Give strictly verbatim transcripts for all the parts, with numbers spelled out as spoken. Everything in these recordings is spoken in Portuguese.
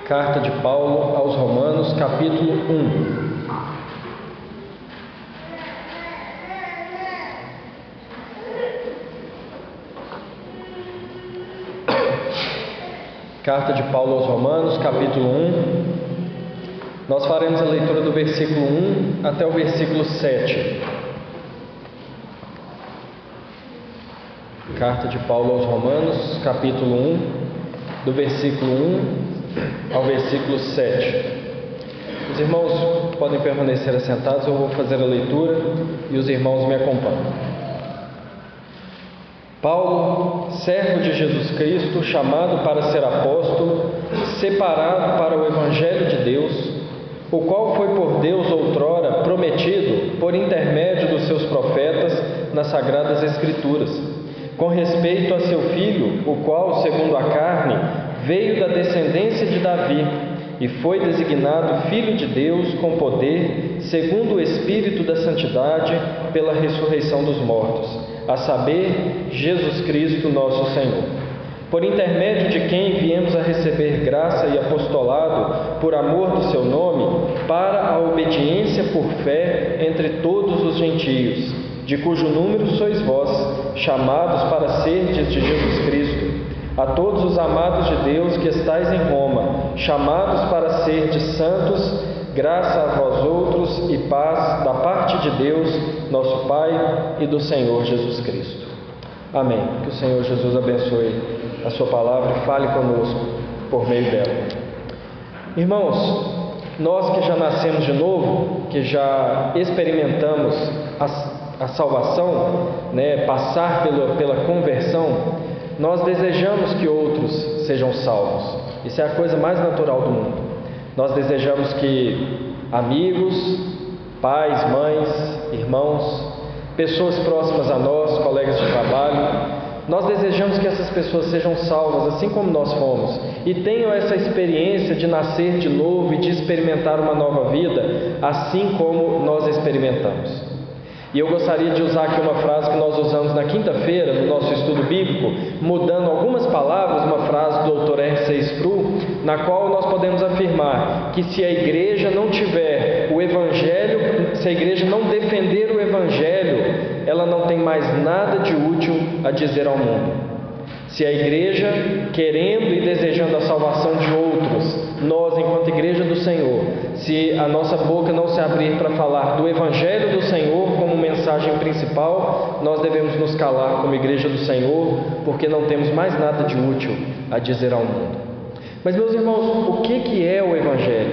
Carta de Paulo aos Romanos, capítulo um. Carta de Paulo aos Romanos, capítulo um. Nós faremos a leitura do versículo um até o versículo sete. Carta de Paulo aos Romanos, capítulo um, do versículo um ao versículo sete. Os irmãos podem permanecer assentados, eu vou fazer a leitura e os irmãos me acompanham. Paulo, servo de Jesus Cristo, chamado para ser apóstolo, separado para o Evangelho de Deus, o qual foi por Deus outrora prometido por intermédio dos seus profetas nas Sagradas Escrituras, com respeito a seu filho, o qual, segundo a carne, veio da descendência de Davi e foi designado Filho de Deus com poder, segundo o Espírito da Santidade, pela ressurreição dos mortos, a saber, Jesus Cristo nosso Senhor, por intermédio de quem viemos a receber graça e apostolado por amor do seu nome, para a obediência por fé entre todos os gentios, de cujo número sois vós, chamados para serdes de Jesus Cristo. A todos os amados de Deus que estais em Roma, chamados para serdes santos, graça a vós outros e paz da parte de Deus, nosso Pai, e do Senhor Jesus Cristo. Amém. Que o Senhor Jesus abençoe a sua palavra e fale conosco por meio dela. Irmãos, nós que já nascemos de novo, que já experimentamos a, a salvação, né, passar pela, pela conversão, nós desejamos que outros sejam salvos. Isso é a coisa mais natural do mundo. Nós desejamos que amigos, pais, mães, irmãos, pessoas próximas a nós, colegas de trabalho, nós desejamos que essas pessoas sejam salvas, assim como nós fomos, e tenham essa experiência de nascer de novo e de experimentar uma nova vida, assim como nós experimentamos. E eu gostaria de usar aqui uma frase que nós usamos na quinta-feira, no nosso estudo bíblico, mudando algumas palavras, uma frase do doutor R C Sproul, na qual nós podemos afirmar que se a igreja não tiver o Evangelho, se a igreja não defender o Evangelho, ela não tem mais nada de útil a dizer ao mundo. Se a igreja, querendo e desejando a salvação de outros, nós, enquanto igreja do Senhor, se a nossa boca não se abrir para falar do Evangelho do Senhor como mensagem principal, nós devemos nos calar como igreja do Senhor, porque não temos mais nada de útil a dizer ao mundo. Mas, meus irmãos, o que que é o Evangelho?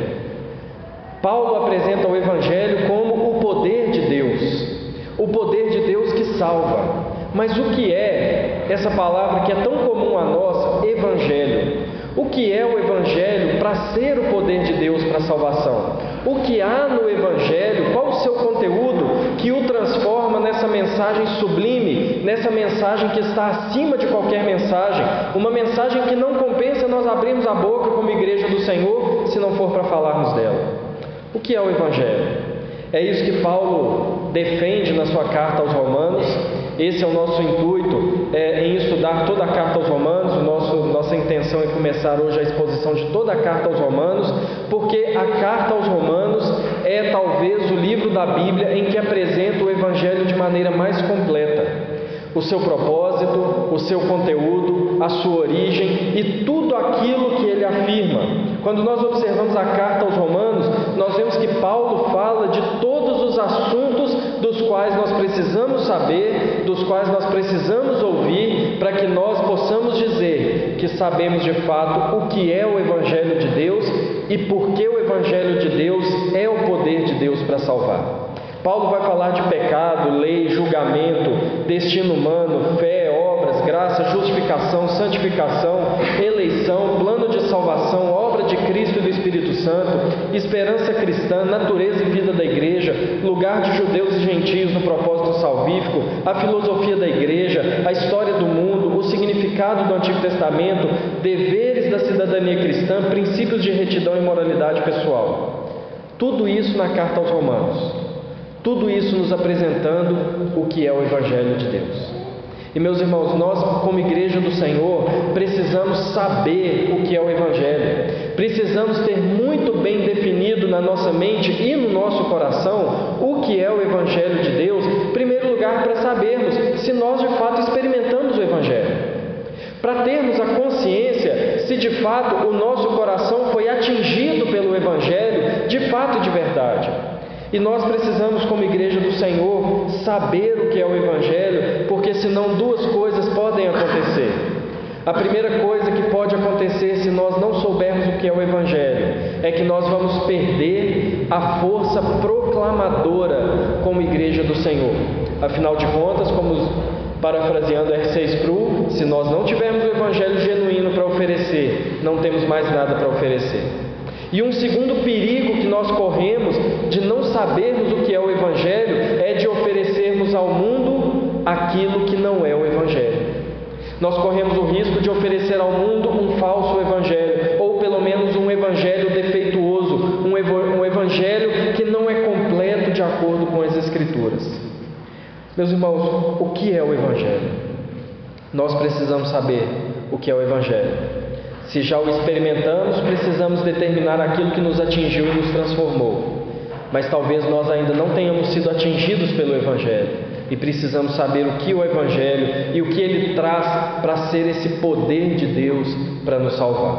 Paulo apresenta o Evangelho como o poder de Deus, o poder de Deus que salva. Mas o que é essa palavra que é tão comum a nós, Evangelho? O que é o Evangelho para ser o poder de Deus para a salvação? O que há no Evangelho? Qual o seu conteúdo que o transforma nessa mensagem sublime, nessa mensagem que está acima de qualquer mensagem, uma mensagem que não compensa nós abrirmos a boca como igreja do Senhor, se não for para falarmos dela? O que é o Evangelho? É isso que Paulo defende na sua carta aos Romanos. Esse é o nosso intuito, é, em estudar toda a carta aos Romanos. O nosso, nossa intenção é começar hoje a exposição de toda a carta aos Romanos, porque a carta aos Romanos é talvez o livro da Bíblia em que apresenta o Evangelho de maneira mais completa. O seu propósito, o seu conteúdo, a sua origem e tudo aquilo que ele afirma. Quando nós observamos a carta aos Romanos, nós vemos que Paulo fala de todos os assuntos dos quais nós precisamos saber, dos quais nós precisamos ouvir, para que nós possamos dizer que sabemos de fato o que é o Evangelho de Deus e por que o Evangelho de Deus é o poder de Deus para salvar. Paulo vai falar de pecado, lei, julgamento, destino humano, fé, obras, graça, justificação, santificação, eleição, plano de salvação, obra de Cristo e do Espírito Santo, esperança cristã, natureza e vida da igreja, lugar de judeus e gentios no propósito salvífico, a filosofia da igreja, a história do mundo, o significado do Antigo Testamento, deveres da cidadania cristã, princípios de retidão e moralidade pessoal. Tudo isso na carta aos Romanos. Tudo isso nos apresentando o que é o Evangelho de Deus. E meus irmãos, nós como igreja do Senhor precisamos saber o que é o Evangelho. Precisamos ter muito bem definido na nossa mente e no nosso coração o que é o Evangelho de Deus, em primeiro lugar para sabermos se nós de fato experimentamos o Evangelho. Para termos a consciência se de fato o nosso coração foi atingido pelo Evangelho, de fato e de verdade. E nós precisamos, como igreja do Senhor, saber o que é o Evangelho, porque senão duas coisas podem acontecer. A primeira coisa que pode acontecer se nós não soubermos o que é o Evangelho, é que nós vamos perder a força proclamadora como igreja do Senhor. Afinal de contas, como parafraseando R C Sproul, se nós não tivermos o Evangelho genuíno para oferecer, não temos mais nada para oferecer. E um segundo perigo que nós corremos de não sabermos o que é o Evangelho é de oferecermos ao mundo aquilo que não é o Evangelho. Nós corremos o risco de oferecer ao mundo um falso Evangelho, ou pelo menos um Evangelho defeituoso, um, ev- um Evangelho que não é completo de acordo com as Escrituras. Meus irmãos, o que é o Evangelho? Nós precisamos saber o que é o Evangelho. Se já o experimentamos, precisamos determinar aquilo que nos atingiu e nos transformou. Mas talvez nós ainda não tenhamos sido atingidos pelo Evangelho e precisamos saber o que é o Evangelho e o que ele traz para ser esse poder de Deus para nos salvar.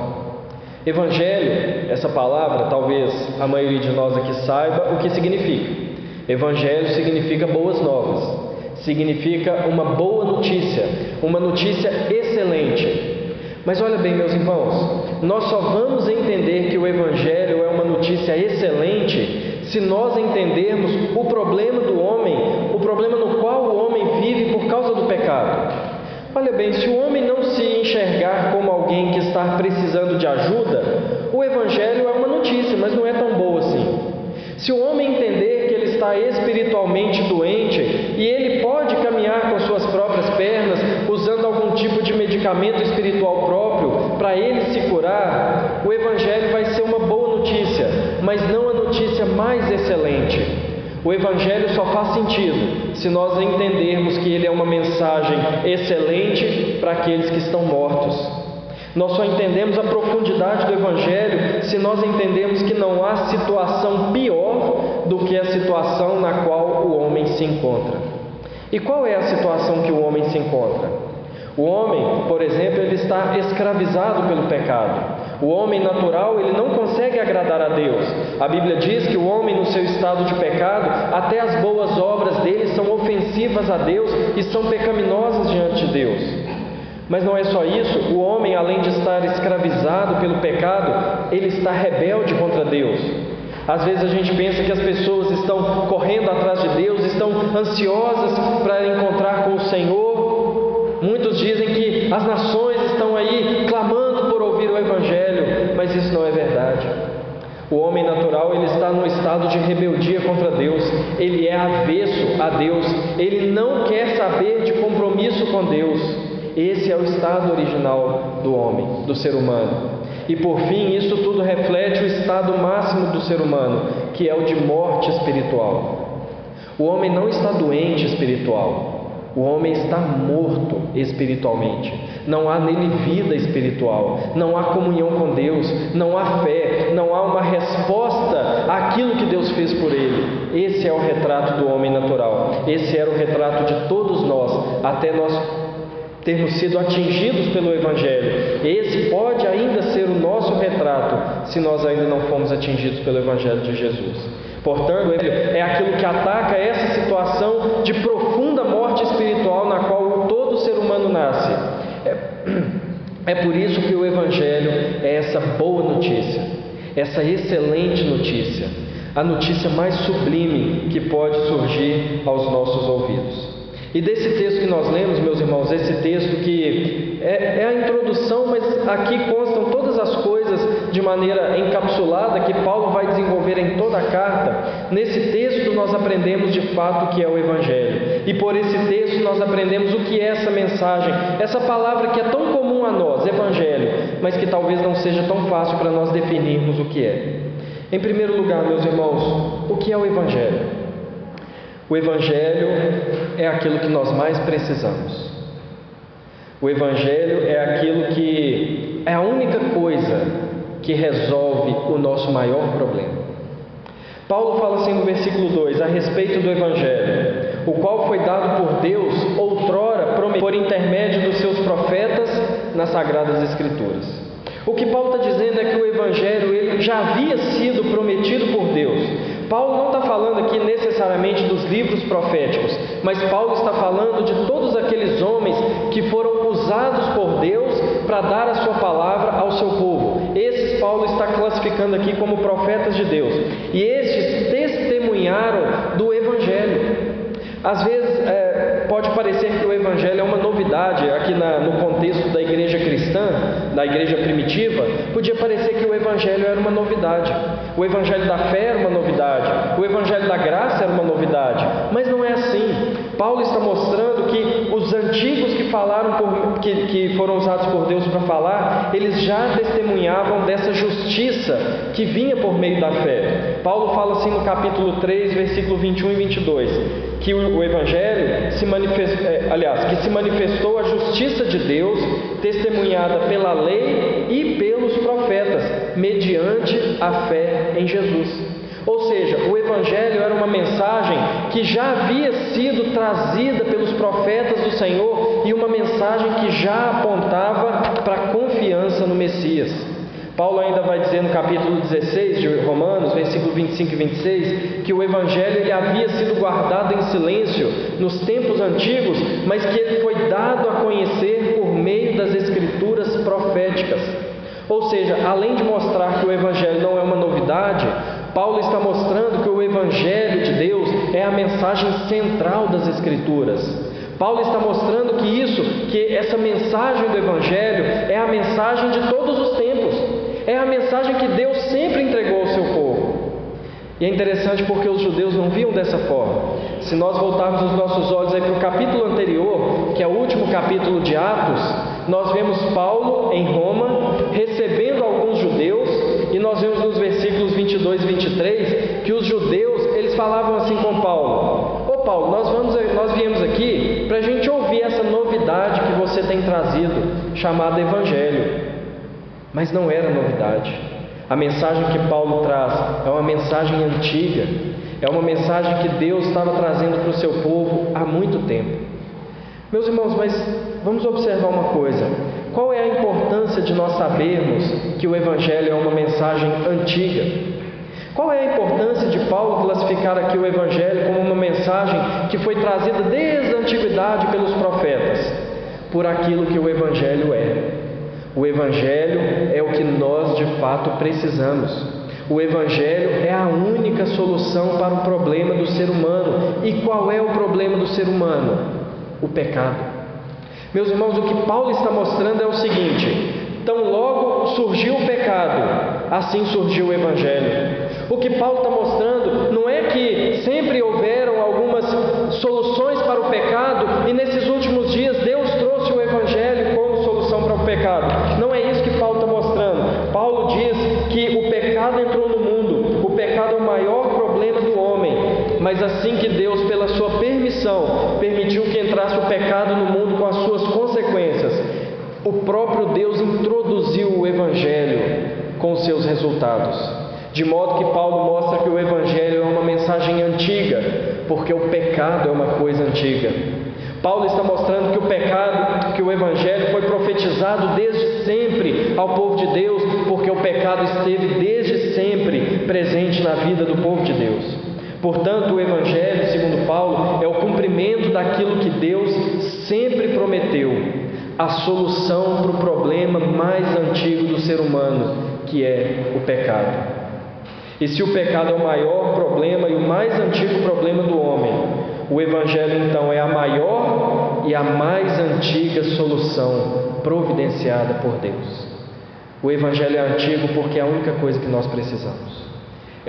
Evangelho, essa palavra, talvez a maioria de nós aqui saiba o que significa. Evangelho significa boas novas, significa uma boa notícia, uma notícia excelente. Mas olha bem, meus irmãos, nós só vamos entender que o Evangelho é uma notícia excelente se nós entendermos o problema do homem, o problema no qual o homem vive por causa do pecado. Olha bem, se o homem não se enxergar como alguém que está precisando de ajuda, o Evangelho é uma notícia, mas não é tão boa assim. Se o homem entender que ele está espiritualmente doente e ele pode caminhar com suas próprias pernas, usando algum tipo de medicamento espiritual próprio para ele se curar, o Evangelho vai ser uma boa notícia, mas não a notícia mais excelente. O Evangelho só faz sentido se nós entendermos que ele é uma mensagem excelente para aqueles que estão mortos. Nós só entendemos a profundidade do Evangelho se nós entendemos que não há situação pior do que a situação na qual o homem se encontra. E qual é a situação que o homem se encontra? O homem, por exemplo, ele está escravizado pelo pecado. O homem natural, ele não consegue agradar a Deus. A Bíblia diz que o homem, no seu estado de pecado, até as boas obras dele são ofensivas a Deus e são pecaminosas diante de Deus. Mas não é só isso, o homem, além de estar escravizado pelo pecado, ele está rebelde contra Deus. Às vezes a gente pensa que as pessoas estão correndo atrás de Deus, estão ansiosas para encontrar com o Senhor. Muitos dizem que as nações estão aí clamando por ouvir o Evangelho, mas isso não é verdade. O homem natural, ele está num estado de rebeldia contra Deus, ele é avesso a Deus, ele não quer saber de compromisso com Deus. Esse é o estado original do homem, do ser humano. E por fim, isso tudo reflete o estado máximo do ser humano, que é o de morte espiritual. O homem não está doente espiritual, o homem está morto espiritualmente. Não há nele vida espiritual, não há comunhão com Deus, não há fé, não há uma resposta àquilo que Deus fez por ele. Esse é o retrato do homem natural, esse era o retrato de todos nós, até nós termos sido atingidos pelo Evangelho. Esse pode ainda ser o nosso retrato, se nós ainda não fomos atingidos pelo Evangelho de Jesus. Portanto, é aquilo que ataca essa situação de profunda morte espiritual na qual todo ser humano nasce. É, é por isso que o Evangelho é essa boa notícia, essa excelente notícia, a notícia mais sublime que pode surgir aos nossos ouvidos. E desse texto que nós lemos, meus irmãos, esse texto que é, é a introdução, mas aqui constam todas as coisas de maneira encapsulada que Paulo vai desenvolver em toda a carta. Nesse texto nós aprendemos de fato o que é o Evangelho. E por esse texto nós aprendemos o que é essa mensagem, essa palavra que é tão comum a nós, Evangelho, mas que talvez não seja tão fácil para nós definirmos o que é. Em primeiro lugar, meus irmãos, o que é o Evangelho? O Evangelho é aquilo que nós mais precisamos. O Evangelho é aquilo que é a única coisa que resolve o nosso maior problema. Paulo fala assim no versículo dois, a respeito do Evangelho, o qual foi dado por Deus outrora por intermédio dos seus profetas nas Sagradas Escrituras. O que Paulo está dizendo é que o Evangelho ele já havia sido prometido por Deus. Paulo não está falando aqui necessariamente dos livros proféticos, mas Paulo está falando de todos aqueles homens que foram usados por Deus para dar a sua palavra ao seu povo. Esses Paulo está classificando aqui como profetas de Deus. E estes testemunharam do Evangelho. Às vezes é, pode parecer que o Evangelho é uma novidade. Aqui na, no contexto da igreja cristã, da igreja primitiva, podia parecer que o Evangelho era uma novidade. O Evangelho da fé era uma novidade. O Evangelho da graça era uma novidade. Mas não é assim. Paulo está mostrando que os antigos que falaram por, que, que foram usados por Deus para falar, eles já testemunhavam dessa justiça que vinha por meio da fé. Paulo fala assim no capítulo três, versículo vinte e um e vinte e dois, que o, o Evangelho se manifestou, é, aliás, que se manifestou a justiça de Deus, testemunhada pela lei e pelos profetas, mediante a fé em Jesus. Ou seja, o Evangelho era uma mensagem que já havia sido trazida pelos profetas do Senhor e uma mensagem que já apontava para a confiança no Messias. Paulo ainda vai dizer no capítulo dezesseis de Romanos, versículo vinte e cinco e vinte e seis, que o Evangelho ele havia sido guardado em silêncio nos tempos antigos, mas que ele foi dado a conhecer por meio das Escrituras proféticas. Ou seja, além de mostrar que o Evangelho não é uma novidade, Paulo está mostrando que o Evangelho de Deus é a mensagem central das Escrituras. Paulo está mostrando que isso, que essa mensagem do Evangelho é a mensagem de todos os tempos. É a mensagem que Deus sempre entregou ao seu povo. E é interessante porque os judeus não viam dessa forma. Se nós voltarmos os nossos olhos aí para o capítulo anterior, que é o último capítulo de Atos, nós vemos Paulo em Roma recebendo alguns judeus, e nós vemos nos versículos vinte e dois e vinte e três que os judeus eles falavam assim com Paulo: Ô Paulo, nós, vamos, nós viemos aqui para a gente ouvir essa novidade que você tem trazido, chamada Evangelho. Mas não era novidade. A mensagem que Paulo traz é uma mensagem antiga, é uma mensagem que Deus estava trazendo para o seu povo há muito tempo. Meus irmãos, mas vamos observar uma coisa: qual é a importância de nós sabermos que o Evangelho é uma mensagem antiga? Qual é a importância de Paulo classificar aqui o Evangelho como uma mensagem que foi trazida desde a antiguidade pelos profetas? Por aquilo que o Evangelho é. O Evangelho é o que nós de fato precisamos. O Evangelho é a única solução para o problema do ser humano. E qual é o problema do ser humano? O pecado. Meus irmãos, o que Paulo está mostrando é o seguinte: tão logo surgiu o pecado, assim surgiu o Evangelho. O que Paulo está mostrando não é que sempre houveram algumas soluções para o pecado e nesses últimos dias Deus trouxe o Evangelho como solução para o pecado. Não é isso que Paulo está mostrando. Paulo diz que o pecado entrou no mundo, o pecado é o maior problema do homem, mas assim que Deus, pela sua permissão, permitiu que entrasse o pecado no mundo com as suas consequências, o próprio Deus introduziu o Evangelho com os seus resultados. De modo que Paulo mostra que o Evangelho é uma mensagem antiga, porque o pecado é uma coisa antiga. Paulo está mostrando que o pecado, que o Evangelho foi profetizado desde sempre ao povo de Deus, porque o pecado esteve desde sempre presente na vida do povo de Deus. Portanto, o Evangelho, segundo Paulo, é o cumprimento daquilo que Deus sempre prometeu, a solução para o problema mais antigo do ser humano, que é o pecado. E se o pecado é o maior problema e o mais antigo problema do homem, o Evangelho então é a maior e a mais antiga solução providenciada por Deus. O Evangelho é antigo porque é a única coisa que nós precisamos. É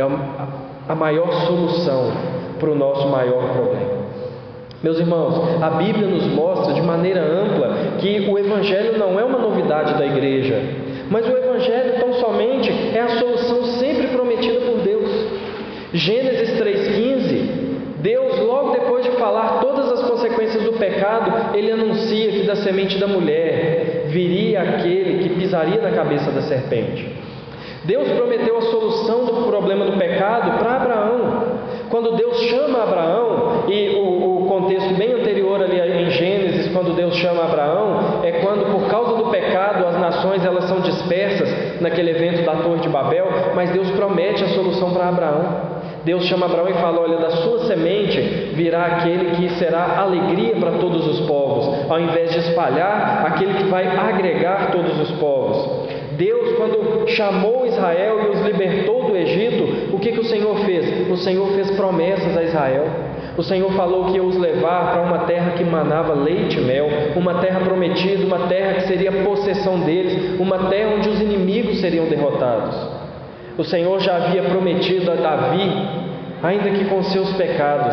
a maior solução para o nosso maior problema. Meus irmãos, a Bíblia nos mostra de maneira ampla que o Evangelho não é uma novidade da igreja, mas o Evangelho tão somente é a solução sempre prometida por Deus. Gênesis três quinze, Deus, logo depois de falar todas as consequências do pecado, Ele anuncia que da semente da mulher viria aquele que pisaria na cabeça da serpente. Deus prometeu a solução do problema do pecado para Abraão. Quando Deus chama Abraão, e o, o contexto bem anterior ali em Gênesis, quando Deus chama Abraão, é quando por causa do pecado as nações elas são dispersas naquele evento da Torre de Babel, mas Deus promete a solução para Abraão. Deus chama Abraão e fala: olha, da sua semente virá aquele que será alegria para todos os povos, ao invés de espalhar, aquele que vai agregar todos os povos. Deus, quando chamou Israel e os libertou do Egito, o que, que o Senhor fez? O Senhor fez promessas a Israel. O Senhor falou que ia os levar para uma terra que manava leite e mel, uma terra prometida, uma terra que seria possessão deles, uma terra onde os inimigos seriam derrotados. O Senhor já havia prometido a Davi, ainda que com seus pecados,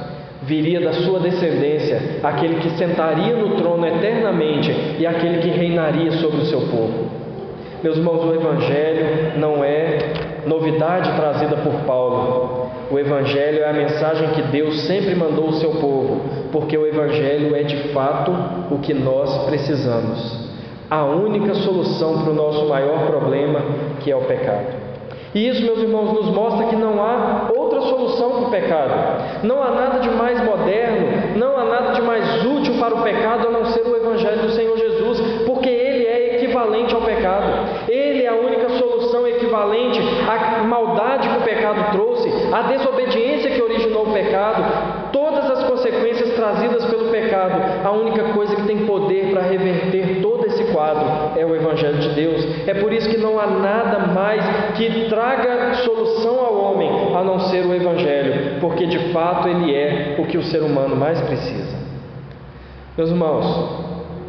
viria da sua descendência aquele que sentaria no trono eternamente e aquele que reinaria sobre o seu povo. Meus irmãos, o Evangelho não é novidade trazida por Paulo. O Evangelho é a mensagem que Deus sempre mandou ao seu povo, porque o Evangelho é de fato o que nós precisamos. A única solução para o nosso maior problema, que é o pecado. E isso, meus irmãos, nos mostra que não há outra solução para o pecado. Não há nada de mais moderno, não há nada de mais útil para o pecado a não ser o Evangelho do Senhor Jesus, porque Ele é equivalente ao pecado. Ele é a única solução equivalente à maldade que o pecado trouxe, à desobediência que originou o pecado, todas as consequências trazidas pelo pecado. A única coisa que tem poder para reverter todo esse quadro é o Evangelho de Deus. É por isso que não há nada mais que traga solução ao homem a não ser o Evangelho, porque de fato ele é o que o ser humano mais precisa. Meus irmãos,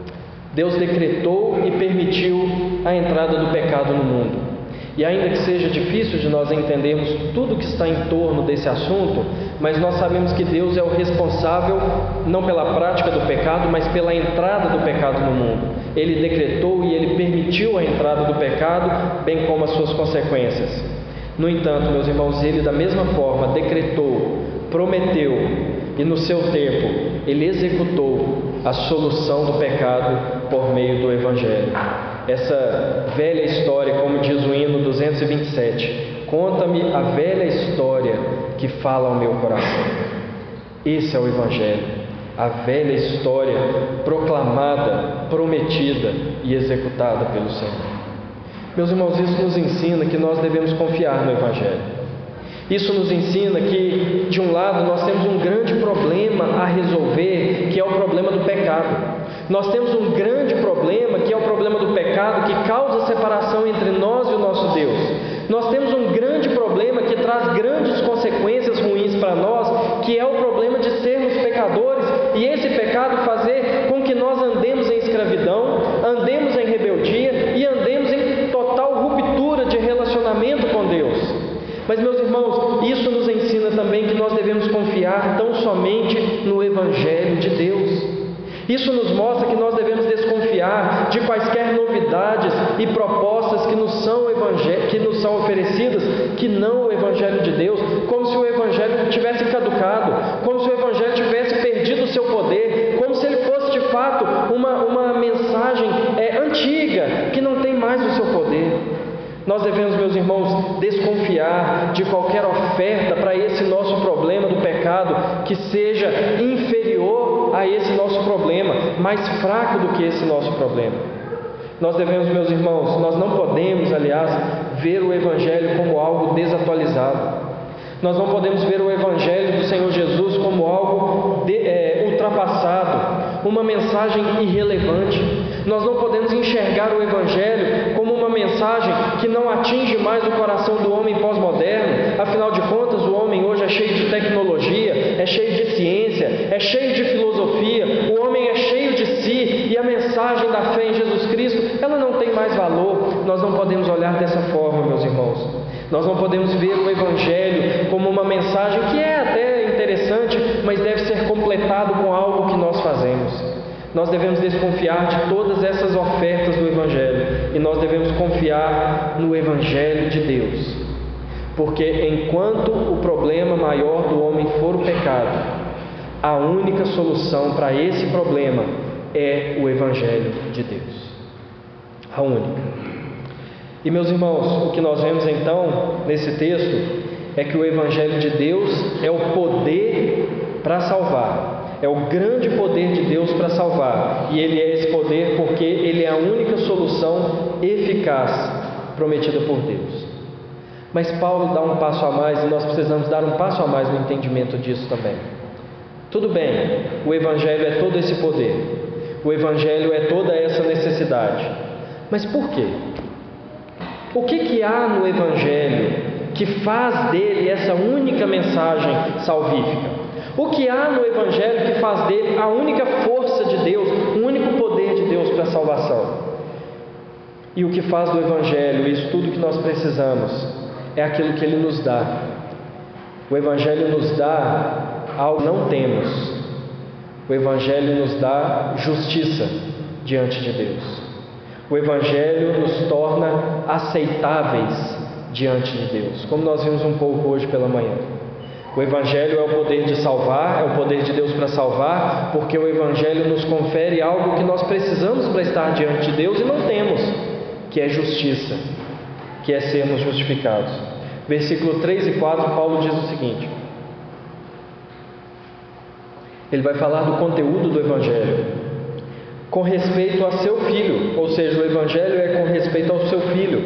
Deus decretou e permitiu a entrada do pecado no mundo. E ainda que seja difícil de nós entendermos tudo que está em torno desse assunto, mas nós sabemos que Deus é o responsável não pela prática do pecado, mas pela entrada do pecado no mundo. Ele decretou e Ele permitiu a entrada do pecado, bem como as suas consequências. No entanto, meus irmãos, Ele da mesma forma decretou, prometeu e no seu tempo Ele executou a solução do pecado por meio do Evangelho. Essa velha história, como diz o hino duzentos e vinte e sete, conta-me a velha história que fala ao meu coração. Esse é o Evangelho, a velha história proclamada, prometida e executada pelo Senhor. Meus irmãos, isso nos ensina que nós devemos confiar no Evangelho. Isso nos ensina que, de um lado, nós temos um grande problema a resolver, que é o problema do pecado. Nós temos um grande problema, que é o problema do pecado, que causa separação entre nós e o nosso Deus. Nós temos um grande problema que traz grandes consequências ruins para nós, que é o problema de sermos pecadores, e esse pecado fazer com que nós andemos em escravidão, andemos em rebeldia e andemos em total ruptura de relacionamento com Deus. Mas, meus irmãos, isso nos ensina também que nós devemos confiar tão somente no Evangelho de Deus. Isso nos mostra que nós devemos desconfiar de quaisquer novidades e propostas que nos são, evangel... que nos são oferecidas, que não o Evangelho de Deus, como se o Evangelho tivesse caducado, como se o Evangelho tivesse perdido o seu poder, como se ele fosse de fato uma, uma mensagem é, antiga, que não tem mais o seu poder. Nós devemos, meus irmãos, desconfiar de qualquer oferta para esse nosso problema do pecado que seja inferior a esse nosso problema, mais fraco do que esse nosso problema. Nós devemos, meus irmãos, nós não podemos, aliás, ver o Evangelho como algo desatualizado. Nós não podemos ver o Evangelho do Senhor Jesus como algo de, é, ultrapassado, uma mensagem irrelevante. Nós não podemos enxergar o Evangelho como uma mensagem que não atinge mais o coração do homem pós-moderno. Afinal de contas, o homem hoje é cheio de tecnologia, é cheio de ciência, é cheio de filosofia, o homem é cheio de si, e a mensagem da fé em Jesus Cristo, ela não tem mais valor. Nós não podemos olhar dessa forma, meus irmãos. Nós não podemos ver o Evangelho como uma mensagem que é até interessante, mas deve ser completado com algo que nós fazemos. Nós devemos desconfiar de todas essas ofertas do Evangelho, e nós devemos confiar no Evangelho de Deus. porque enquanto o problema maior do homem for o pecado, a única solução para esse problema é o Evangelho de Deus. A única. E meus irmãos, o que nós vemos então nesse texto é que o Evangelho de Deus é o poder para salvar, é o grande poder de Deus para salvar, e Ele é esse poder porque Ele é a única solução eficaz prometida por Deus. Mas Paulo dá um passo a mais e nós precisamos dar um passo a mais no entendimento disso também. Tudo bem, o Evangelho é todo esse poder, o Evangelho é toda essa necessidade, mas por quê? O que que há no Evangelho que faz dele essa única mensagem salvífica? O que há no Evangelho que faz dele a única força de Deus, o único poder de Deus para a salvação? E o que faz do Evangelho isso tudo que nós precisamos é aquilo que Ele nos dá. O Evangelho nos dá algo que não temos. O Evangelho nos dá justiça diante de Deus. O Evangelho nos torna aceitáveis diante de Deus, como nós vimos um pouco hoje pela manhã. O Evangelho é o poder de salvar, é o poder de Deus para salvar, porque o Evangelho nos confere algo que nós precisamos para estar diante de Deus e não temos, que é justiça, que é sermos justificados. Versículo três e quatro, Paulo diz o seguinte: ele vai falar do conteúdo do Evangelho com respeito a seu filho, ou seja, o Evangelho é com respeito ao seu filho,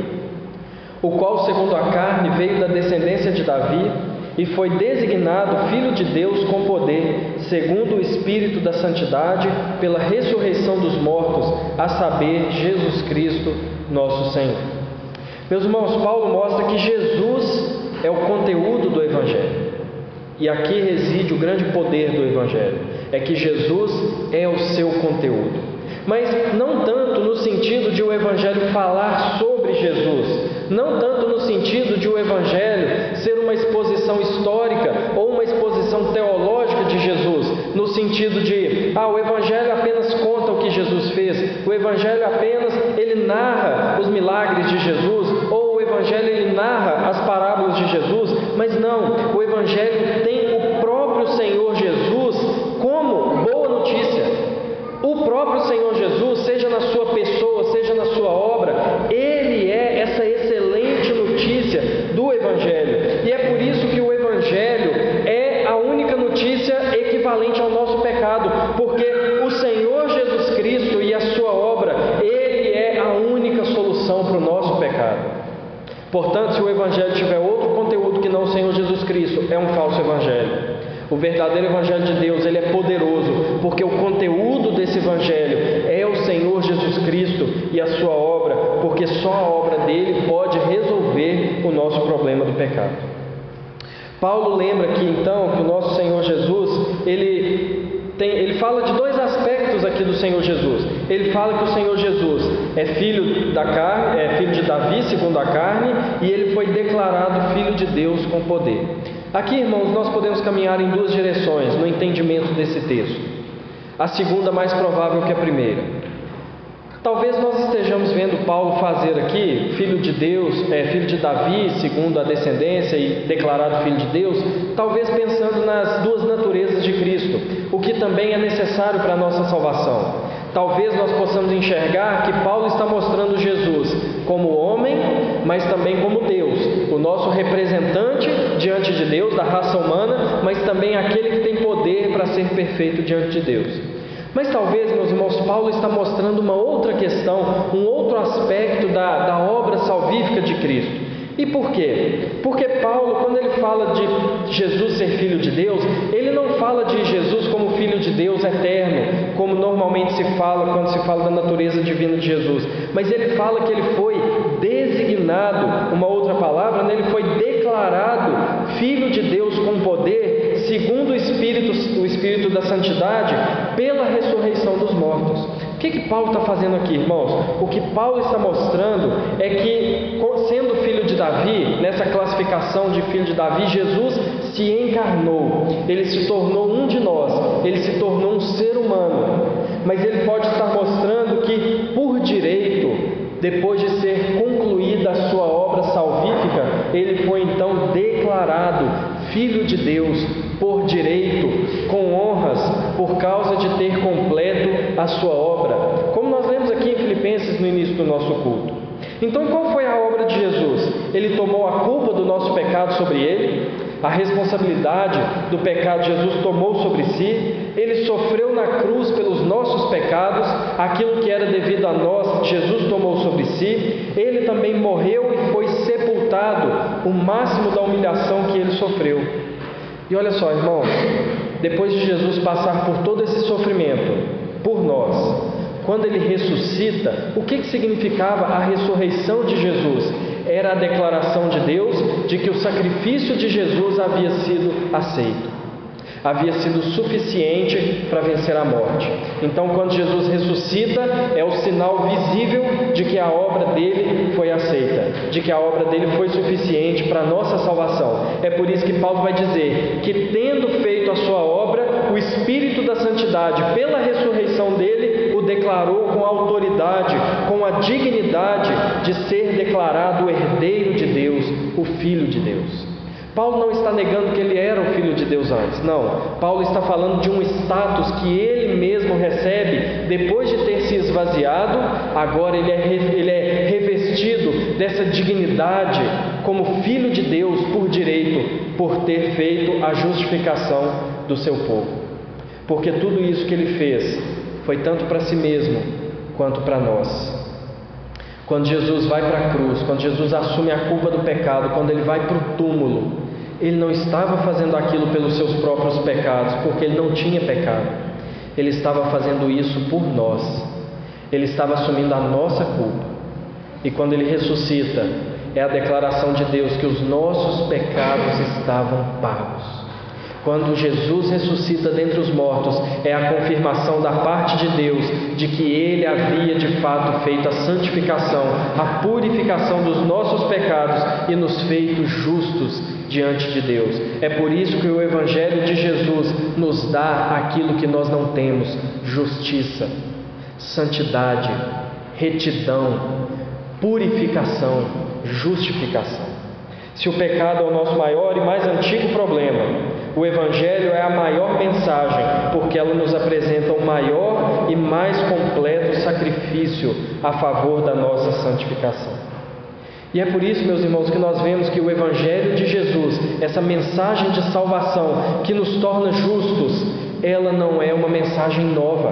o qual segundo a carne veio da descendência de Davi e foi designado Filho de Deus com poder, segundo o Espírito da Santidade, pela ressurreição dos mortos, a saber, Jesus Cristo, nosso Senhor. Meus irmãos, Paulo mostra que Jesus é o conteúdo do Evangelho. E aqui reside o grande poder do Evangelho, é que Jesus é o seu conteúdo. Mas não tanto no sentido de o Evangelho falar sobre Jesus, não tanto no sentido de o Evangelho ser uma exposição histórica ou uma exposição teológica de Jesus, no sentido de, ah, o Evangelho apenas conta o que Jesus fez, o Evangelho apenas, ele narra os milagres de Jesus, ou o Evangelho ele narra as parábolas de Jesus, mas não, o Evangelho tem o próprio Senhor Jesus como boa notícia. O próprio Senhor Jesus, seja na sua pessoa, seja na sua obra, Ele é essa excelente notícia do Evangelho. E é por isso que o Evangelho é a única notícia equivalente ao nosso pecado, porque o Senhor Jesus Cristo e a sua obra, Ele é a única solução para o nosso pecado. Portanto, se o Evangelho tiver outro conteúdo que não o Senhor Jesus Cristo, é um falso Evangelho. O verdadeiro Evangelho de Deus, ele é poderoso, porque o conteúdo desse Evangelho é o Senhor Jesus Cristo e a sua obra, porque só a obra dele pode resolver o nosso problema do pecado. Paulo lembra aqui então que o nosso Senhor Jesus, ele, tem, ele fala de dois aspectos aqui do Senhor Jesus. Ele fala que o Senhor Jesus é filho da carne, é filho de Davi segundo a carne, e ele foi declarado filho de Deus com poder. Aqui, irmãos, nós podemos caminhar em duas direções no entendimento desse texto. A segunda mais provável que a primeira. Talvez nós estejamos vendo Paulo fazer aqui, filho de Deus, é, filho de Davi, segundo a descendência e declarado filho de Deus, talvez pensando nas duas naturezas de Cristo, o que também é necessário para a nossa salvação. Talvez nós possamos enxergar que Paulo está mostrando Jesus como homem, mas também como Deus, o nosso representante diante de Deus, da raça humana, mas também aquele que tem poder para ser perfeito diante de Deus. Mas talvez, meus irmãos, Paulo está mostrando uma outra questão, um outro aspecto da, da obra salvífica de Cristo. E por quê? Porque Paulo, quando ele fala de Jesus ser filho de Deus, ele não fala de Jesus como filho de Deus eterno, como normalmente se fala quando se fala da natureza divina de Jesus, mas ele fala que ele foi designado, uma outra palavra, né? Ele foi declarado filho de Deus com poder, segundo o Espírito, o Espírito da Santidade, pela ressurreição dos mortos. O que que Paulo está fazendo aqui, irmãos? O que Paulo está mostrando é que, sendo filho de Davi, nessa classificação de filho de Davi, Jesus se encarnou, ele se tornou um de nós, ele se tornou um ser humano, mas ele pode estar mostrando que, por direito, depois de ser concluída a sua obra salvífica, ele foi então declarado Filho de Deus por direito, com honras, por causa de ter completo a sua obra, como nós lemos aqui em Filipenses no início do nosso culto. Então, qual foi a obra de Jesus? Ele tomou a culpa do nosso pecado sobre ele, a responsabilidade do pecado Jesus tomou sobre si, ele sofreu na cruz pelos nossos pecados, aquilo que era devido a nós, Jesus tomou sobre si, ele também morreu e foi sepultado, o máximo da humilhação que ele sofreu. E olha só, irmãos, depois de Jesus passar por todo esse sofrimento por nós, quando ele ressuscita, o que, que significava a ressurreição de Jesus? Era a declaração de Deus de que o sacrifício de Jesus havia sido aceito, havia sido suficiente para vencer a morte. Então, quando Jesus ressuscita, é o sinal visível de que a obra dele foi aceita, de que a obra dele foi suficiente para a nossa salvação. É por isso que Paulo vai dizer que, tendo feito a sua obra, o Espírito da Santidade, pela ressurreição dele, o declarou com autoridade, com a dignidade de ser declarado o herdeiro de Deus, o Filho de Deus. Paulo não está negando que ele era o Filho de Deus antes, não. Paulo está falando de um status que ele mesmo recebe depois de ter se esvaziado. Agora ele é, ele é revestido dessa dignidade como Filho de Deus por direito, por ter feito a justificação do seu povo. Porque tudo isso que ele fez foi tanto para si mesmo quanto para nós. Quando Jesus vai para a cruz, quando Jesus assume a culpa do pecado, quando ele vai para o túmulo, ele não estava fazendo aquilo pelos seus próprios pecados, porque ele não tinha pecado. Ele estava fazendo isso por nós. Ele estava assumindo a nossa culpa. E quando ele ressuscita, é a declaração de Deus que os nossos pecados estavam pagos. Quando Jesus ressuscita dentre os mortos, é a confirmação da parte de Deus de que Ele havia de fato feito a santificação, a purificação dos nossos pecados e nos feito justos diante de Deus. É por isso que o Evangelho de Jesus nos dá aquilo que nós não temos: justiça, santidade, retidão, purificação, justificação. Se o pecado é o nosso maior e mais antigo problema, o Evangelho é a maior mensagem, porque ela nos apresenta o maior e mais completo sacrifício a favor da nossa santificação. E é por isso, meus irmãos, que nós vemos que o Evangelho de Jesus, essa mensagem de salvação que nos torna justos, ela não é uma mensagem nova.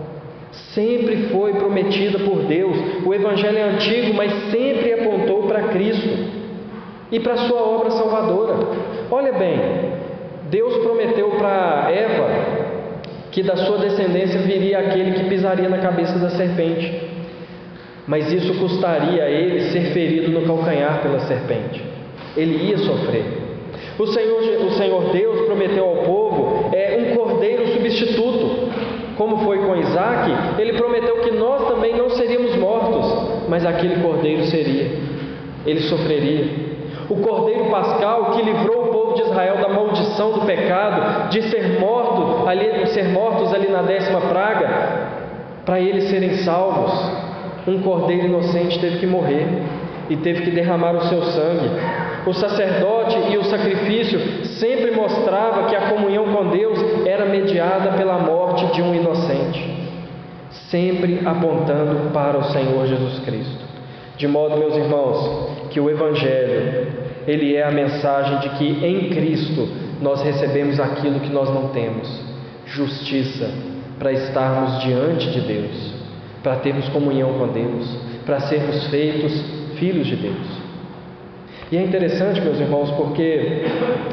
Sempre foi prometida por Deus. O Evangelho é antigo, mas sempre apontou para Cristo e para a sua obra salvadora. Olha bem, Deus prometeu para Eva que da sua descendência viria aquele que pisaria na cabeça da serpente, mas isso custaria a ele ser ferido no calcanhar pela serpente. Ele ia sofrer. O Senhor, o Senhor Deus prometeu ao povo é, um cordeiro substituto. Como foi com Isaac, ele prometeu que nós também não seríamos mortos, mas aquele cordeiro seria. Ele sofreria. O cordeiro pascal que livrou o povo de Israel da maldição do pecado, de ser, morto, ali, ser mortos ali na décima praga, para eles serem salvos, um cordeiro inocente teve que morrer e teve que derramar o seu sangue. O sacerdote e o sacrifício sempre mostrava que a comunhão com Deus era mediada pela morte de um inocente, sempre apontando para o Senhor Jesus Cristo. De modo, meus irmãos, que o Evangelho, ele é a mensagem de que em Cristo nós recebemos aquilo que nós não temos: justiça, para estarmos diante de Deus, para termos comunhão com Deus, para sermos feitos filhos de Deus. E é interessante, meus irmãos, porque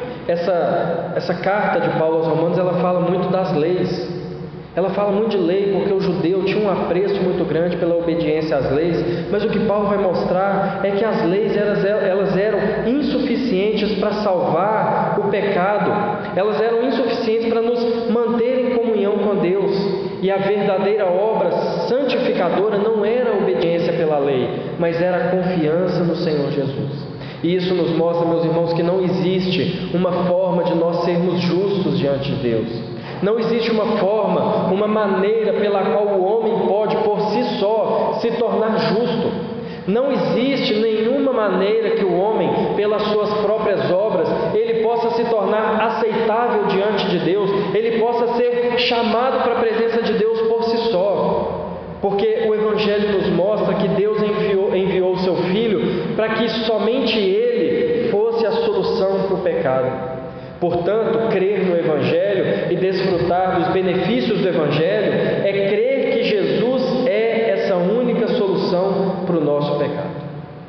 essa, essa carta de Paulo aos Romanos, ela fala muito das leis. Ela fala muito de lei, porque o judeu tinha um apreço muito grande pela obediência às leis, mas o que Paulo vai mostrar é que as leis elas, elas eram insuficientes para salvar o pecado, elas eram insuficientes para nos manter em comunhão com Deus, e a verdadeira obra santificadora não era a obediência pela lei, mas era a confiança no Senhor Jesus. E isso nos mostra, meus irmãos, que não existe uma forma de nós sermos justos diante de Deus. Não existe uma forma, uma maneira pela qual o homem pode por si só se tornar justo. Não existe nenhuma maneira que o homem pelas suas próprias obras, ele possa se tornar aceitável diante de Deus, ele possa ser chamado para a presença de Deus por si só. Porque o Evangelho nos mostra que Deus enviou, enviou o seu Filho para que somente Ele fosse a solução para o pecado. Portanto, crer no Evangelho e desfrutar dos benefícios do Evangelho é crer que Jesus é essa única solução para o nosso pecado.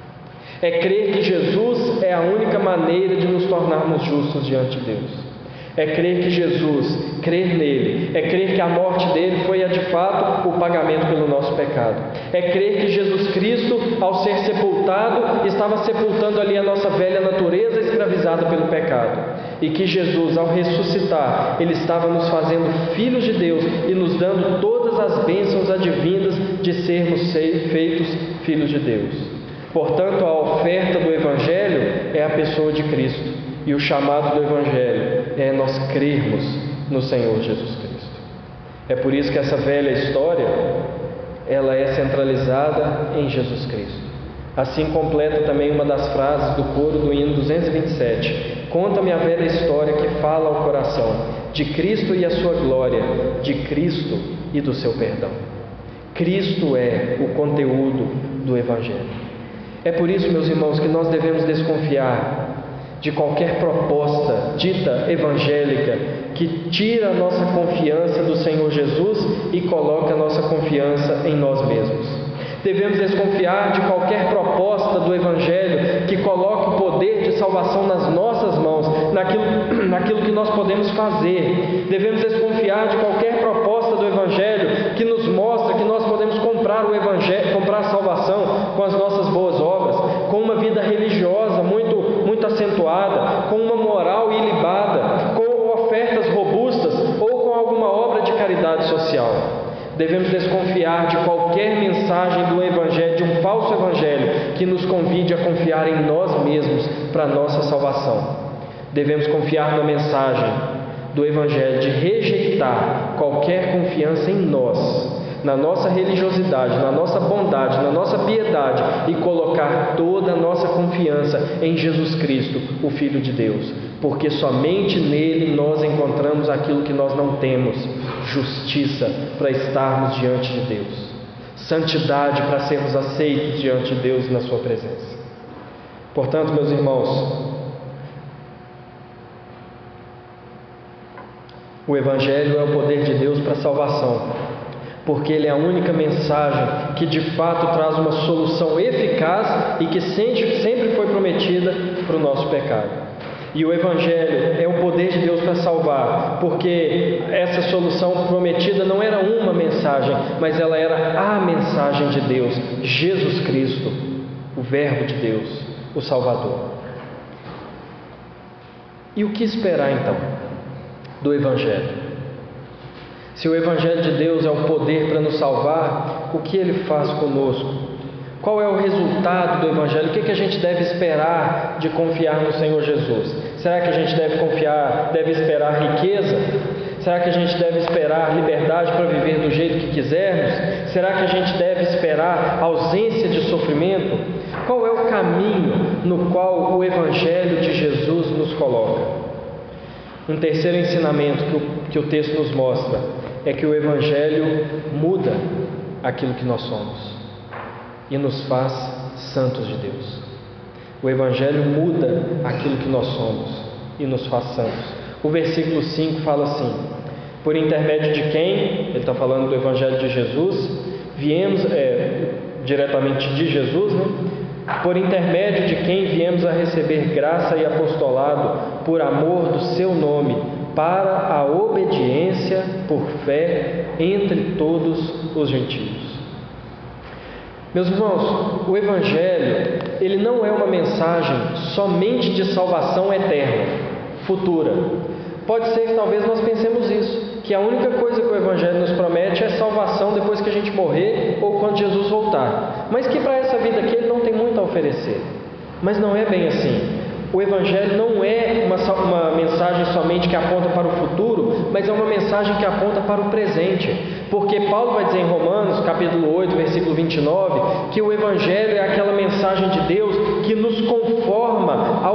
É crer que Jesus é a única maneira de nos tornarmos justos diante de Deus. É crer que Jesus, crer nele, é crer que a morte dele foi de fato o pagamento pelo nosso pecado. É crer que Jesus Cristo, ao ser sepultado, estava sepultando ali a nossa velha natureza escravizada pelo pecado. E que Jesus, ao ressuscitar, ele estava nos fazendo filhos de Deus e nos dando todas as bênçãos advindas de sermos feitos filhos de Deus. Portanto, a oferta do Evangelho é a pessoa de Cristo. E o chamado do Evangelho é nós crermos no Senhor Jesus Cristo. É por isso que essa velha história, ela é centralizada em Jesus Cristo. Assim completa também uma das frases do coro do hino duzentos e vinte e sete. Conta-me a velha história que fala ao coração, de Cristo e a sua glória, de Cristo e do seu perdão. Cristo é o conteúdo do Evangelho. É por isso, meus irmãos, que nós devemos desconfiar de qualquer proposta dita evangélica que tira a nossa confiança do Senhor Jesus e coloca a nossa confiança em nós mesmos. Devemos desconfiar de qualquer proposta do Evangelho que coloque o poder de salvação nas nossas mãos, naquilo, naquilo que nós podemos fazer. Devemos desconfiar de qualquer proposta do Evangelho que nos mostra que nós podemos comprar o Evangelho, comprar a salvação com as nossas boas obras, com uma vida religiosa muito, muito acentuada, com uma moral ilibada, com ofertas robustas ou com alguma obra de caridade social. Devemos desconfiar de qualquer mensagem do Evangelho, de um falso Evangelho, que nos convide a confiar em nós mesmos para a nossa salvação. Devemos confiar na mensagem do Evangelho de rejeitar qualquer confiança em nós, na nossa religiosidade, na nossa bondade, na nossa piedade e colocar toda a nossa confiança em Jesus Cristo, o Filho de Deus, porque somente nele nós encontramos aquilo que nós não temos: justiça para estarmos diante de Deus, santidade para sermos aceitos diante de Deus e na sua presença. Portanto, meus irmãos, o Evangelho é o poder de Deus para a salvação, porque ele é a única mensagem que de fato traz uma solução eficaz e que sempre, sempre foi prometida para o nosso pecado. E o Evangelho é o poder de Deus para salvar, porque essa solução prometida não era uma mensagem, mas ela era a mensagem de Deus, Jesus Cristo, o Verbo de Deus, o Salvador. E o que esperar então do Evangelho? Se o Evangelho de Deus é o poder para nos salvar, o que ele faz conosco? Qual é o resultado do Evangelho? O que, é que a gente deve esperar de confiar no Senhor Jesus? Será que a gente deve confiar, deve esperar riqueza? Será que a gente deve esperar liberdade para viver do jeito que quisermos? Será que a gente deve esperar ausência de sofrimento? Qual é o caminho no qual o Evangelho de Jesus nos coloca? Um terceiro ensinamento que o, que o texto nos mostra é que o Evangelho muda aquilo que nós somos e nos faz santos de Deus. O Evangelho muda aquilo que nós somos e nos faz santos. O versículo cinco fala assim: por intermédio de quem, ele está falando do Evangelho de Jesus, viemos, é, diretamente de Jesus, né? Por intermédio de quem viemos a receber graça e apostolado por amor do seu nome, para a obediência por fé entre todos os gentios. Meus irmãos, o Evangelho, ele não é uma mensagem somente de salvação eterna, futura. Pode ser que talvez nós pensemos isso, que a única coisa que o Evangelho nos promete é salvação depois que a gente morrer ou quando Jesus voltar, mas que para essa vida aqui ele não tem muito a oferecer. Mas não é bem assim. O Evangelho não é uma, uma mensagem somente que aponta para o futuro, mas é uma mensagem que aponta para o presente. Porque Paulo vai dizer em Romanos, capítulo oito, versículo vinte e nove, que o Evangelho é aquela mensagem de Deus que nos conforma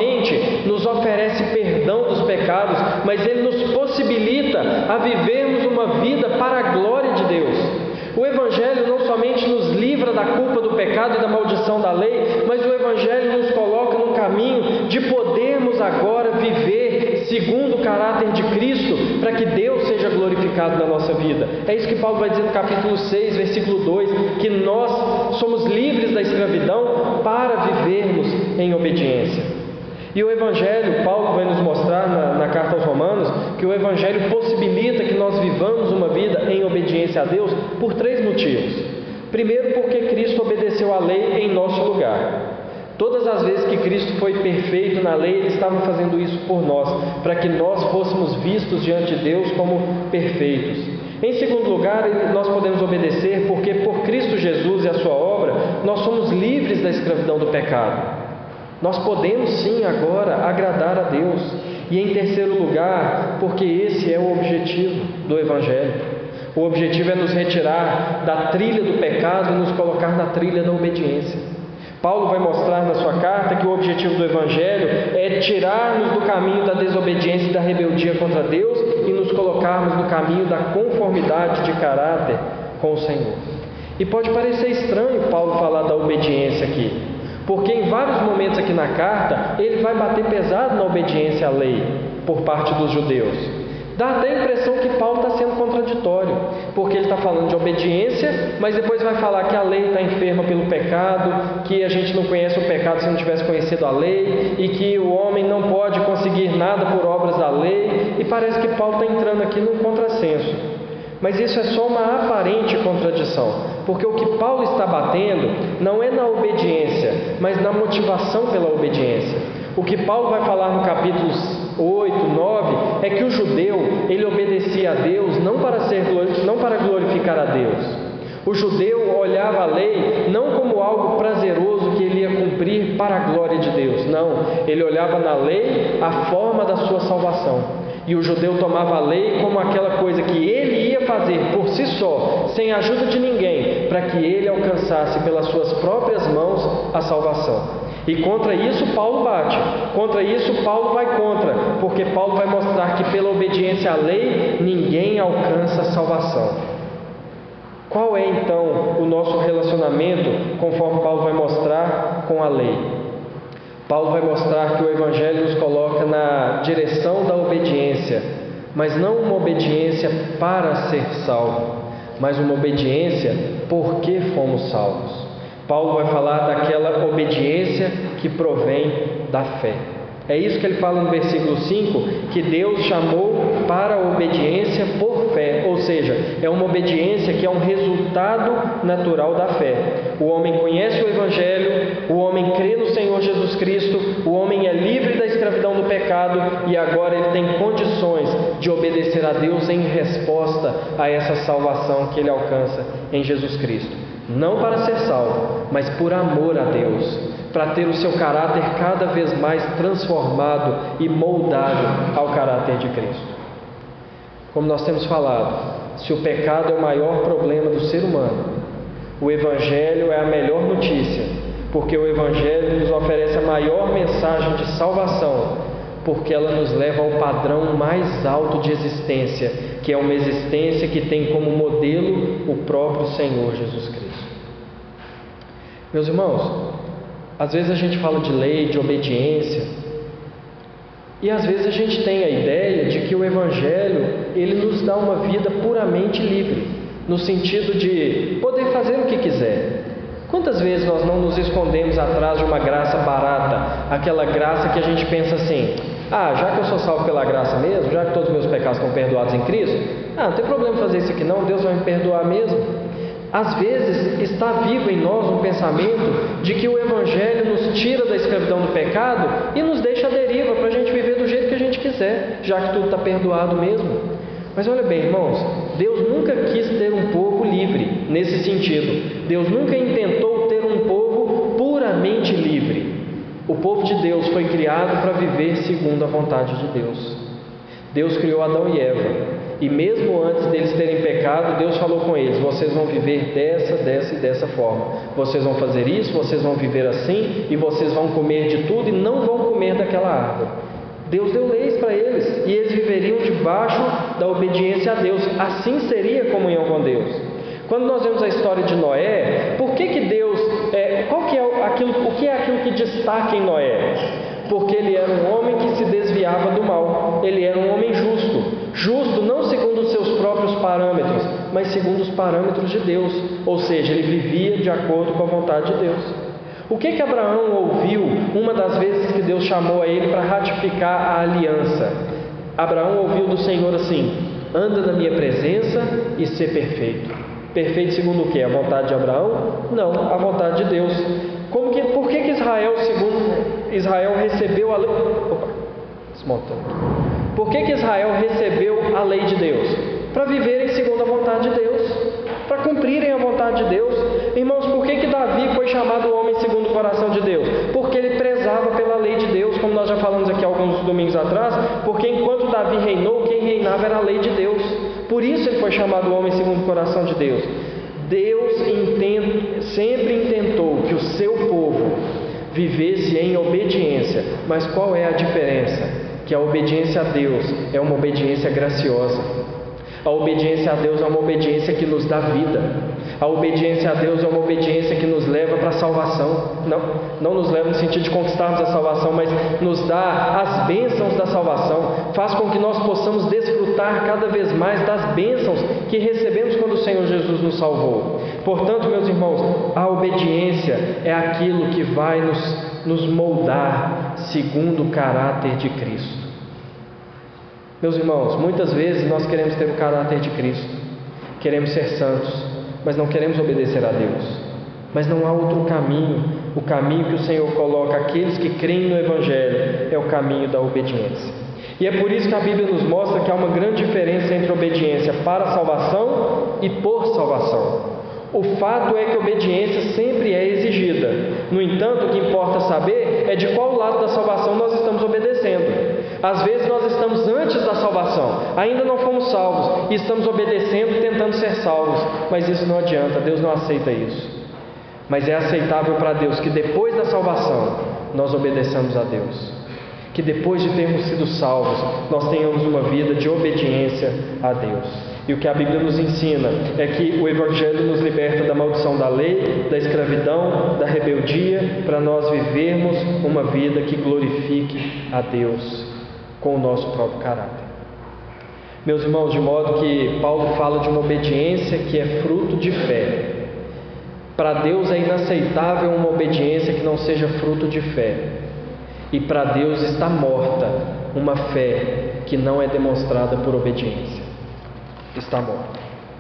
somente nos oferece perdão dos pecados, mas Ele nos possibilita a vivermos uma vida para a glória de Deus. O Evangelho não somente nos livra da culpa do pecado e da maldição da lei, mas o Evangelho nos coloca no caminho de podermos agora viver segundo o caráter de Cristo, para que Deus seja glorificado na nossa vida. É isso que Paulo vai dizer no capítulo seis, versículo dois, que nós somos livres da escravidão para vivermos em obediência. E o Evangelho, Paulo vai nos mostrar na, na carta aos Romanos, que o Evangelho possibilita que nós vivamos uma vida em obediência a Deus por três motivos. Primeiro, porque Cristo obedeceu à lei em nosso lugar. Todas as vezes que Cristo foi perfeito na lei, Ele estava fazendo isso por nós, para que nós fôssemos vistos diante de Deus como perfeitos. Em segundo lugar, nós podemos obedecer porque por Cristo Jesus e a sua obra, nós somos livres da escravidão do pecado. Nós podemos sim agora agradar a Deus. E em terceiro lugar, porque esse é o objetivo do Evangelho. O objetivo é nos retirar da trilha do pecado e nos colocar na trilha da obediência. Paulo vai mostrar na sua carta que o objetivo do Evangelho é tirar-nos do caminho da desobediência e da rebeldia contra Deus e nos colocarmos no caminho da conformidade de caráter com o Senhor. E pode parecer estranho Paulo falar da obediência aqui, porque em vários momentos aqui na carta, ele vai bater pesado na obediência à lei por parte dos judeus. Dá até a impressão que Paulo está sendo contraditório, porque ele está falando de obediência, mas depois vai falar que a lei está enferma pelo pecado, que a gente não conhece o pecado se não tivesse conhecido a lei, e que o homem não pode conseguir nada por obras da lei, e parece que Paulo está entrando aqui num contrassenso. Mas isso é só uma aparente contradição, porque o que Paulo está batendo não é na obediência, mas na motivação pela obediência. O que Paulo vai falar no capítulos oito, nove, é que o judeu, ele obedecia a Deus não para, ser, não para glorificar a Deus. O judeu olhava a lei não como algo prazeroso que ele ia cumprir para a glória de Deus, não. Ele olhava na lei a forma da sua salvação. E o judeu tomava a lei como aquela coisa que ele ia fazer por si só, sem a ajuda de ninguém, para que ele alcançasse pelas suas próprias mãos a salvação. E contra isso Paulo bate, contra isso Paulo vai contra, porque Paulo vai mostrar que pela obediência à lei ninguém alcança a salvação. Qual é então o nosso relacionamento, conforme Paulo vai mostrar, com a lei? Paulo vai mostrar que o Evangelho nos coloca na direção da obediência, mas não uma obediência para ser salvo, mas uma obediência porque fomos salvos. Paulo vai falar daquela obediência que provém da fé. É isso que ele fala no versículo cinco, que Deus chamou para a obediência por fé, ou seja, é uma obediência que é um resultado natural da fé. O homem conhece o Evangelho, o homem crê no Senhor Jesus Cristo, o homem é livre da escravidão do pecado e agora ele tem condições de obedecer a Deus em resposta a essa salvação que ele alcança em Jesus Cristo. Não para ser salvo, mas por amor a Deus, para ter o seu caráter cada vez mais transformado e moldado ao caráter de Cristo. Como nós temos falado, se o pecado é o maior problema do ser humano, o Evangelho é a melhor notícia, porque o Evangelho nos oferece a maior mensagem de salvação, porque ela nos leva ao padrão mais alto de existência, que é uma existência que tem como modelo o próprio Senhor Jesus Cristo. Meus irmãos, às vezes a gente fala de lei, de obediência, e às vezes a gente tem a ideia de que o Evangelho, ele nos dá uma vida puramente livre, no sentido de poder fazer o que quiser. Quantas vezes nós não nos escondemos atrás de uma graça barata, aquela graça que a gente pensa assim: ah, já que eu sou salvo pela graça mesmo, já que todos os meus pecados estão perdoados em Cristo, ah, não tem problema fazer isso aqui não, Deus vai me perdoar mesmo. Às vezes está vivo em nós um pensamento de que o Evangelho nos tira da escravidão do pecado e nos deixa à deriva para a gente viver do jeito que a gente quiser, já que tudo está perdoado mesmo. Mas olha bem, irmãos, Deus nunca quis ter um povo livre nesse sentido. Deus nunca intentou ter um povo puramente livre. O povo de Deus foi criado para viver segundo a vontade de Deus. Deus criou Adão e Eva, E mesmo antes deles terem pecado, Deus falou com eles: vocês vão viver dessa, dessa e dessa forma. Vocês vão fazer isso, vocês vão viver assim, e vocês vão comer de tudo e não vão comer daquela árvore. Deus deu leis para eles, e eles viveriam debaixo da obediência a Deus. Assim seria a comunhão com Deus. Quando nós vemos a história de Noé, por que que Deus, é, qual que é aquilo, o que é aquilo que destaca em Noé? Porque ele era um homem que se desviava do mal, ele era um homem justo, justo não segundo os seus próprios parâmetros, mas segundo os parâmetros de Deus, ou seja, ele vivia de acordo com a vontade de Deus. O que que Abraão ouviu uma das vezes que Deus chamou a ele para ratificar a aliança? Abraão ouviu do Senhor assim: anda na minha presença e ser perfeito. Perfeito segundo o que? A vontade de Abraão? Não, a vontade de Deus. Como que, por que que Israel, segundo Israel recebeu a lei? Opa, desmontando. Por que que Israel recebeu a lei de Deus? Para viverem segundo a vontade de Deus, para cumprirem a vontade de Deus. Irmãos, por que que Davi foi chamado homem segundo o coração de Deus? Porque ele prezava pela lei de Deus, como nós já falamos aqui alguns domingos atrás, porque enquanto Davi reinou, quem reinava era a lei de Deus. Por isso ele foi chamado homem segundo o coração de Deus. Deus intenta, sempre intentou que o seu povo vivesse em obediência. Mas qual é a diferença? Que a obediência a Deus é uma obediência graciosa. A obediência a Deus é uma obediência que nos dá vida. A obediência a Deus é uma obediência que nos leva para a salvação. Não, não nos leva no sentido de conquistarmos a salvação, mas nos dá as bênçãos da salvação. Faz com que nós possamos desfrutar cada vez mais das bênçãos que recebemos quando o Senhor Jesus nos salvou. Portanto, meus irmãos, a obediência é aquilo que vai nos, nos moldar segundo o caráter de Cristo. Meus irmãos, muitas vezes nós queremos ter o caráter de Cristo, queremos ser santos, mas não queremos obedecer a Deus. Mas não há outro caminho. O caminho que o Senhor coloca àqueles que creem no Evangelho é o caminho da obediência. E é por isso que a Bíblia nos mostra que há uma grande diferença entre obediência para a salvação e por salvação. O fato é que a obediência sempre é exigida. No entanto, o que importa saber é de qual lado da salvação nós estamos obedecendo. Às vezes nós estamos antes da salvação, ainda não fomos salvos, e estamos obedecendo, tentando ser salvos, mas isso não adianta, Deus não aceita isso. Mas é aceitável para Deus que depois da salvação, nós obedeçamos a Deus. Que depois de termos sido salvos, nós tenhamos uma vida de obediência a Deus. E o que a Bíblia nos ensina é que o Evangelho nos liberta da maldição da lei, da escravidão, da rebeldia, para nós vivermos uma vida que glorifique a Deus com o nosso próprio caráter. Meus irmãos, de modo que Paulo fala de uma obediência que é fruto de fé. Para Deus é inaceitável uma obediência que não seja fruto de fé. E para Deus está morta uma fé que não é demonstrada por obediência. Está morta.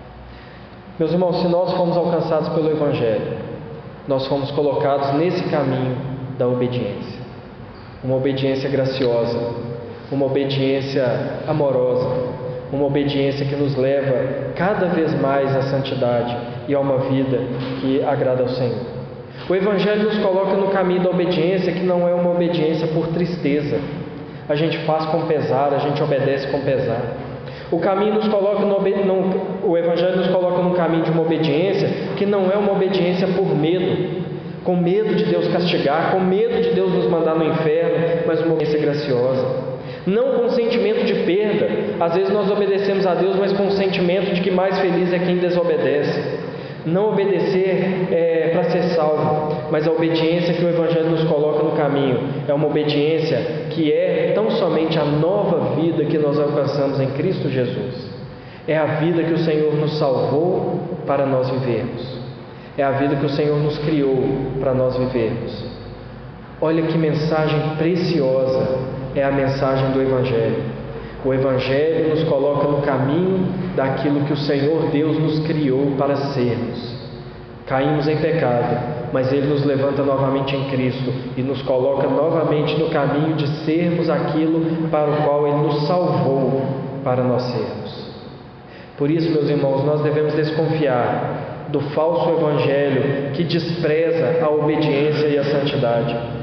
Meus irmãos, se nós fomos alcançados pelo Evangelho, nós fomos colocados nesse caminho da obediência. Uma obediência graciosa, uma obediência amorosa, uma obediência que nos leva cada vez mais à santidade e a uma vida que agrada ao Senhor. O Evangelho nos coloca no caminho da obediência, que não é uma obediência por tristeza. A gente faz com pesar, a gente obedece com pesar. O caminho nos coloca no, no, o Evangelho nos coloca no caminho de uma obediência que não é uma obediência por medo, com medo de Deus castigar, com medo de Deus nos mandar no inferno, mas uma obediência graciosa. Não com sentimento de perda. Às vezes nós obedecemos a Deus, mas com o sentimento de que mais feliz é quem desobedece. Não obedecer é para ser salvo, mas a obediência que o Evangelho nos coloca no caminho é uma obediência que é tão somente a nova vida que nós alcançamos em Cristo Jesus. É a vida que o Senhor nos salvou para nós vivermos. É a vida que o Senhor nos criou para nós vivermos. Olha que mensagem preciosa é a mensagem do Evangelho. O Evangelho nos coloca no caminho daquilo que o Senhor Deus nos criou para sermos. Caímos em pecado, mas Ele nos levanta novamente em Cristo e nos coloca novamente no caminho de sermos aquilo para o qual Ele nos salvou para nós sermos. Por isso, meus irmãos, nós devemos desconfiar do falso Evangelho que despreza a obediência e a santidade.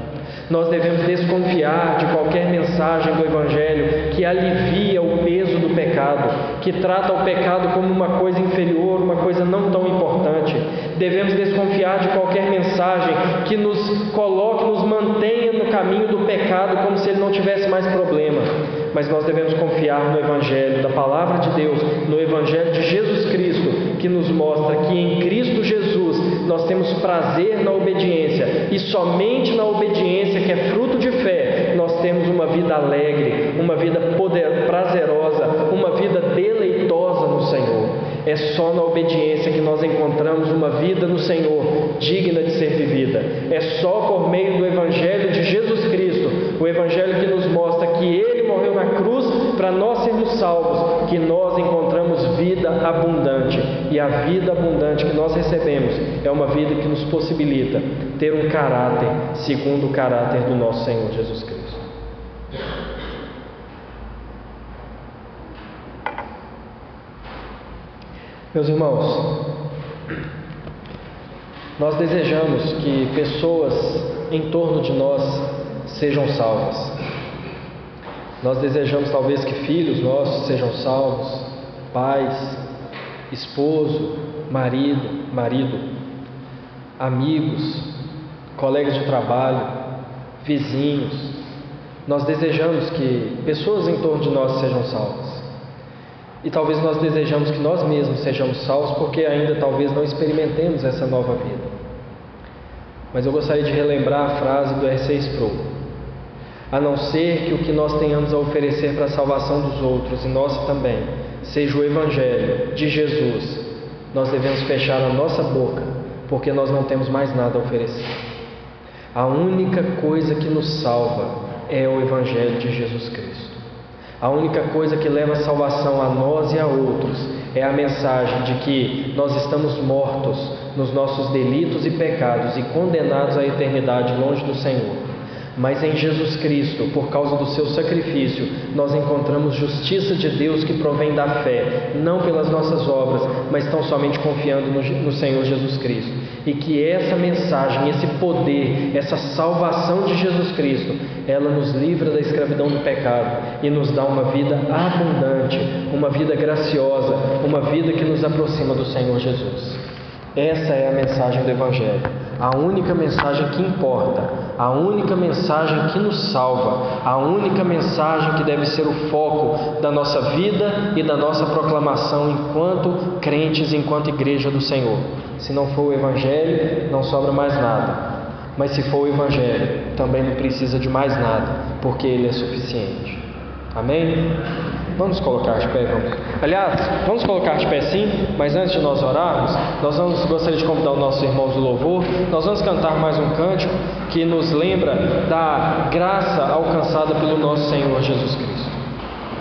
Nós devemos desconfiar de qualquer mensagem do Evangelho que alivia o peso do pecado, que trata o pecado como uma coisa inferior, uma coisa não tão importante. Devemos desconfiar de qualquer mensagem que nos coloque, nos mantenha no caminho do pecado como se ele não tivesse mais problema. Mas nós devemos confiar no Evangelho da Palavra de Deus, no Evangelho de Jesus Cristo, que nos mostra que em Cristo Jesus nós temos prazer na obediência, e somente na obediência, que é fruto de fé, nós temos uma vida alegre, uma vida poder, prazerosa, uma vida deleitosa no Senhor. É só na obediência que nós encontramos uma vida no Senhor digna de ser vivida. É só por meio do Evangelho de Jesus Cristo, o Evangelho que nos mostra que Ele morreu na cruz para nós sermos salvos, que nós encontramos vida abundante. E a vida abundante que nós recebemos é uma vida que nos possibilita ter um caráter segundo o caráter do nosso Senhor Jesus Cristo. Meus irmãos, nós desejamos que pessoas em torno de nós sejam salvas. Nós desejamos talvez que filhos nossos sejam salvos, pais, esposo, marido, marido, amigos, colegas de trabalho, vizinhos. Nós desejamos que pessoas em torno de nós sejam salvas. E talvez nós desejamos que nós mesmos sejamos salvos, porque ainda talvez não experimentemos essa nova vida. Mas eu gostaria de relembrar a frase do R C Sproul: a não ser que o que nós tenhamos a oferecer para a salvação dos outros, e nossa também, seja o Evangelho de Jesus, nós devemos fechar a nossa boca, porque nós não temos mais nada a oferecer. A única coisa que nos salva é o Evangelho de Jesus Cristo. A única coisa que leva a salvação a nós e a outros é a mensagem de que nós estamos mortos nos nossos delitos e pecados e condenados à eternidade longe do Senhor. Mas em Jesus Cristo, por causa do seu sacrifício, nós encontramos justiça de Deus que provém da fé, não pelas nossas obras, mas tão somente confiando no, no Senhor Jesus Cristo. E que essa mensagem, esse poder, essa salvação de Jesus Cristo, ela nos livra da escravidão do pecado e nos dá uma vida abundante, uma vida graciosa, uma vida que nos aproxima do Senhor Jesus. Essa é a mensagem do Evangelho, a única mensagem que importa, a única mensagem que nos salva, a única mensagem que deve ser o foco da nossa vida e da nossa proclamação enquanto crentes, enquanto igreja do Senhor. Se não for o Evangelho, não sobra mais nada. Mas se for o Evangelho, também não precisa de mais nada, porque ele é suficiente. Amém? Vamos colocar de pé, vamos. Aliás, vamos colocar de pé sim, mas antes de nós orarmos, nós vamos, gostaria de convidar os nossos irmãos do louvor. Nós vamos cantar mais um cântico que nos lembra da graça alcançada pelo nosso Senhor Jesus Cristo.